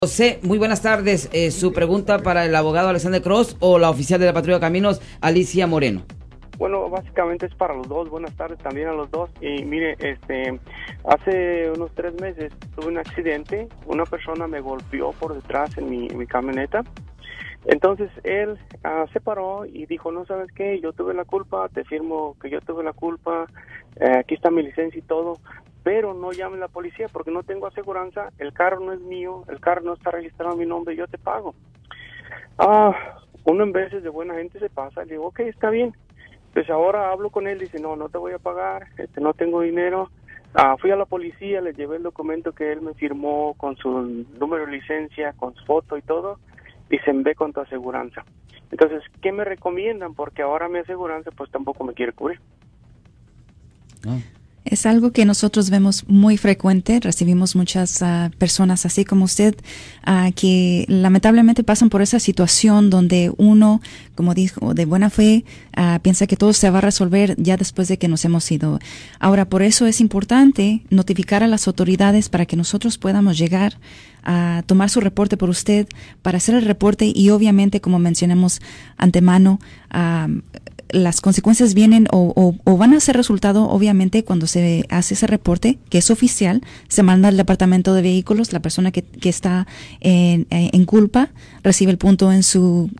José, muy buenas tardes. Su pregunta para el abogado Alexander Cross o la oficial de la Patrulla de Caminos, Alicia Moreno. Bueno, básicamente es para los dos. Buenas tardes también a los dos. Y mire, hace unos 3 meses tuve un accidente. Una persona me golpeó por detrás en mi camioneta. Entonces él se paró y dijo, no, ¿sabes qué? Yo tuve la culpa, te firmo que yo tuve la culpa, aquí está mi licencia y todo, pero no llame a la policía porque no tengo aseguranza, el carro no es mío, el carro no está registrado a mi nombre, yo te pago. Uno en veces de buena gente se pasa, le digo, ok, está bien. Pues ahora hablo con él, dice, no te voy a pagar, no tengo dinero. Fui a la policía, le llevé el documento que él me firmó con su número de licencia, con su foto y todo. Dicen, ve con tu aseguranza. Entonces, ¿qué me recomiendan? Porque ahora mi aseguranza pues tampoco me quiere cubrir. Es algo que nosotros vemos muy frecuente. Recibimos muchas personas así como usted que lamentablemente pasan por esa situación donde uno, como dijo, de buena fe, piensa que todo se va a resolver ya después de que nos hemos ido. Ahora, por eso es importante notificar a las autoridades para que nosotros podamos llegar a tomar su reporte por usted, para hacer el reporte y obviamente, como mencionamos antemano, las consecuencias vienen o van a ser resultado, obviamente, cuando se hace ese reporte, que es oficial, se manda al departamento de vehículos, la persona que está en culpa recibe el punto en su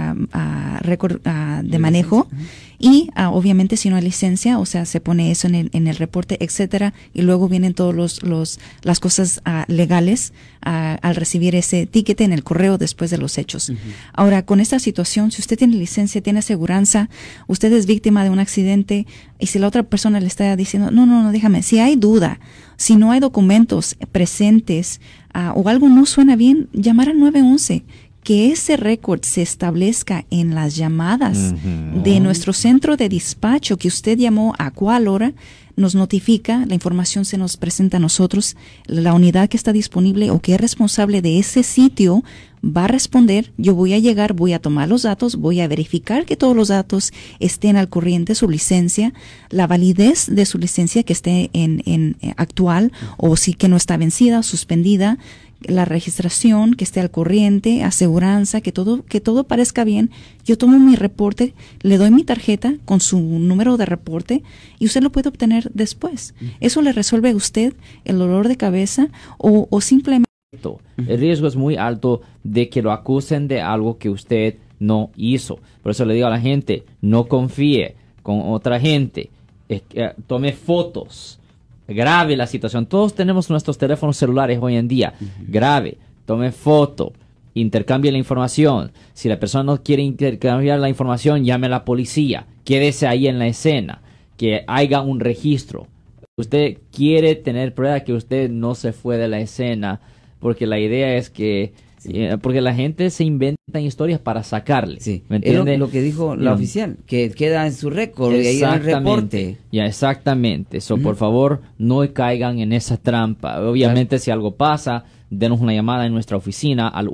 récord de manejo. Y obviamente si no hay licencia, o sea, se pone eso en el reporte, etcétera, y luego vienen todos las cosas legales al recibir ese ticket en el correo después de los hechos. Ahora, con esta situación, si usted tiene licencia, tiene aseguranza, usted es víctima de un accidente, y si la otra persona le está diciendo, no, déjame, si hay duda, si no hay documentos presentes, o algo no suena bien, llamar al 911. Que ese récord se establezca en las llamadas de nuestro centro de despacho, que usted llamó a cuál hora, nos notifica, la información se nos presenta a nosotros, la unidad que está disponible o que es responsable de ese sitio va a responder, yo voy a llegar, voy a tomar los datos, voy a verificar que todos los datos estén al corriente, su licencia, la validez de su licencia que esté en actual o si que no está vencida o suspendida, la registración, que esté al corriente, aseguranza, que todo parezca bien. Yo tomo mi reporte, le doy mi tarjeta con su número de reporte y usted lo puede obtener después. Eso le resuelve a usted el dolor de cabeza o simplemente... El riesgo es muy alto de que lo acusen de algo que usted no hizo. Por eso le digo a la gente, no confíe con otra gente, tome fotos. Grabe la situación. Todos tenemos nuestros teléfonos celulares hoy en día. Grabe, tome foto, intercambie la información. Si la persona no quiere intercambiar la información, llame a la policía. Quédese ahí en la escena. Que haya un registro. Usted quiere tener prueba que usted no se fue de la escena, porque la idea es que... porque la gente se inventa historias para sacarle. Sí. ¿Me entiende? Lo que dijo la oficial, que queda en su récord y ahí en el reporte. Ya, exactamente. Por favor, no caigan en esa trampa. Obviamente, si algo pasa, denos una llamada en nuestra oficina al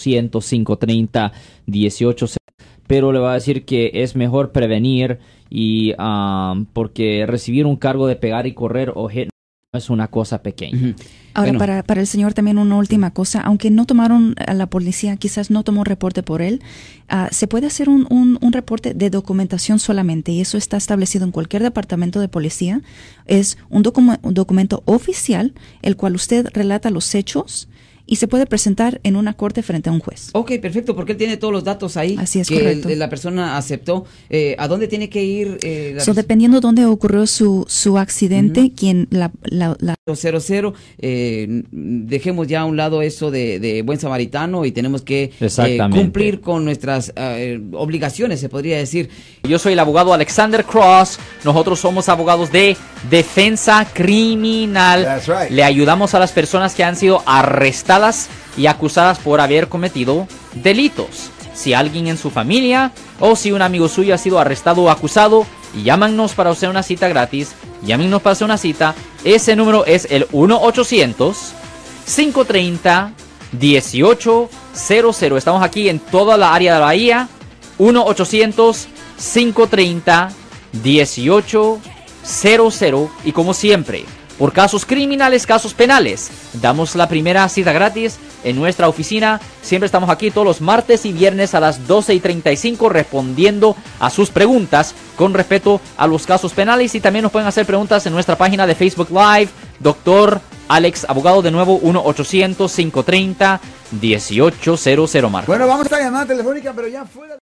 1-800-530-1800. Pero le voy a decir que es mejor prevenir y porque recibir un cargo de pegar y correr o es una cosa pequeña. Ahora, bueno, para el señor también una última cosa. Aunque no tomaron a la policía, quizás no tomó reporte por él, se puede hacer un reporte de documentación solamente, y eso está establecido en cualquier departamento de policía. Es un documento oficial, el cual usted relata los hechos y se puede presentar en una corte frente a un juez. Ok, perfecto, porque él tiene todos los datos ahí. Así es, que correcto. La persona aceptó. ¿A dónde tiene que ir? Dependiendo dónde ocurrió su accidente, quien la 00, dejemos ya a un lado eso de buen samaritano y tenemos que cumplir con nuestras obligaciones, se podría decir. Yo soy el abogado Alexander Cross. Nosotros somos abogados de defensa criminal. That's right. Le ayudamos a las personas que han sido arrestadas y acusadas por haber cometido delitos. Si alguien en su familia o si un amigo suyo ha sido arrestado o acusado, llámanos para hacer una cita gratis. Llámenos para hacer una cita. Ese número es el 1-800-530-1800. Estamos aquí en toda la área de la Bahía. 1-800-530-1800. Y como siempre, por casos criminales, casos penales. Damos la primera cita gratis en nuestra oficina. Siempre estamos aquí todos los martes y viernes a las 12:35 respondiendo a sus preguntas con respecto a los casos penales, y también nos pueden hacer preguntas en nuestra página de Facebook Live, Dr. Alex Abogado, de nuevo 1-800-530-1800, Marcos. Bueno, vamos a la llamada telefónica, pero ya fuera.